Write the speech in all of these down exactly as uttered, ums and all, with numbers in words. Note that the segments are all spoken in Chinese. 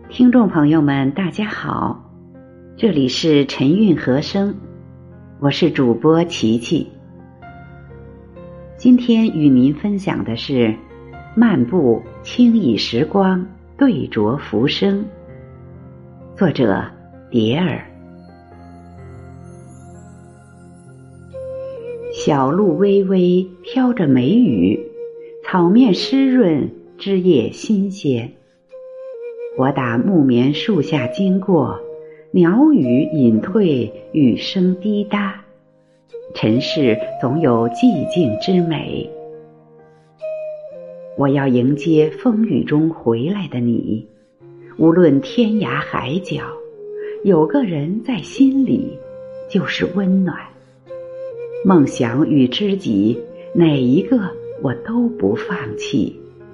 听众朋友们大家好，这里是晨韵和声，我是主播琪琪。今天与您分享的是漫步轻倚时光，对酌浮生，作者蝶儿。小路微微飘着梅雨，草面湿润，枝叶新鲜。我打木棉树下经过，鸟语隐退，雨声滴答。尘世总有寂静之美。我要迎接风雨中回来的你，无论天涯海角，有个人在心里就是温暖。梦想与知己，哪一个我都不放弃。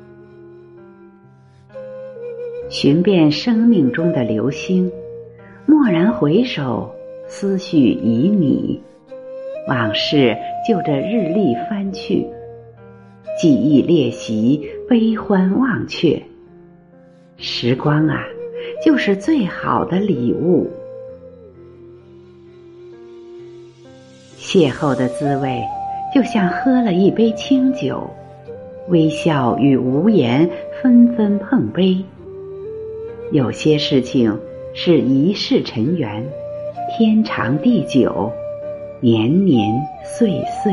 寻遍生命中的流星，蓦然回首，思绪已拟。往事就着日历翻去，记忆列席，悲欢忘却。时光啊，就是最好的礼物。邂逅的滋味，就像喝了一杯清酒，微笑与无言纷纷碰杯。有些事情是一世尘缘，天长地久，年年岁岁。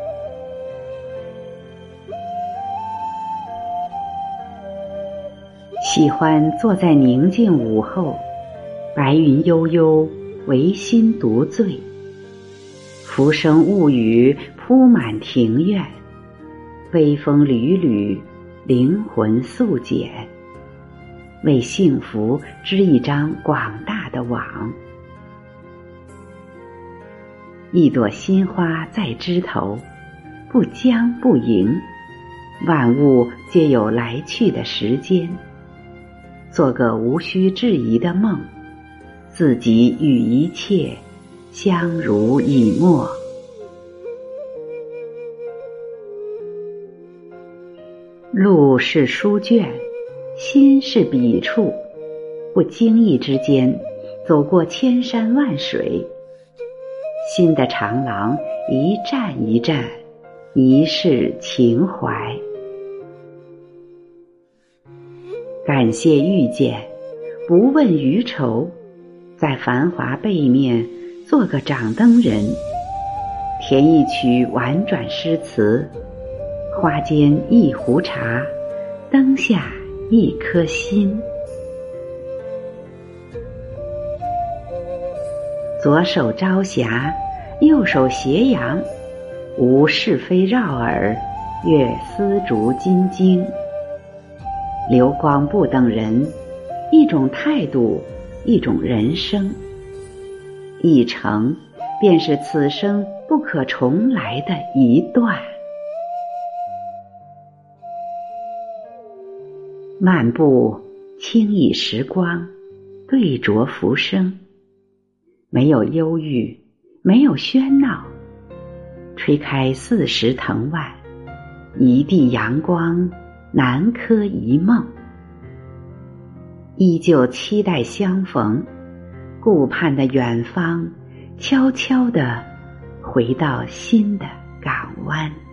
喜欢坐在宁静午后，白云悠悠，唯心独醉。浮生物语铺满庭院，微风缕缕，灵魂素简。为幸福织一张广大的网。一朵新花在枝头，不将不迎，万物皆有来去的时间。做个无需质疑的梦，自己与一切相濡以沫。路是书卷，心是笔触，不经意之间走过千山万水。心的长廊一站一站，一世情怀。感谢遇见，不问余愁，在繁华背面做个掌灯人，填一曲婉转诗词，花间一壶茶，灯下一颗心。左手朝霞，右手斜阳，无是非绕耳，月丝竹金经。流光不等人，一种态度，一种人生。一程便是此生不可重来的一段。漫步轻倚时光，对酌浮生。没有忧郁，没有喧闹，吹开四时藤蔓，一地阳光，南柯一梦。依旧期待相逢，顾盼的远方，悄悄地回到新的港湾。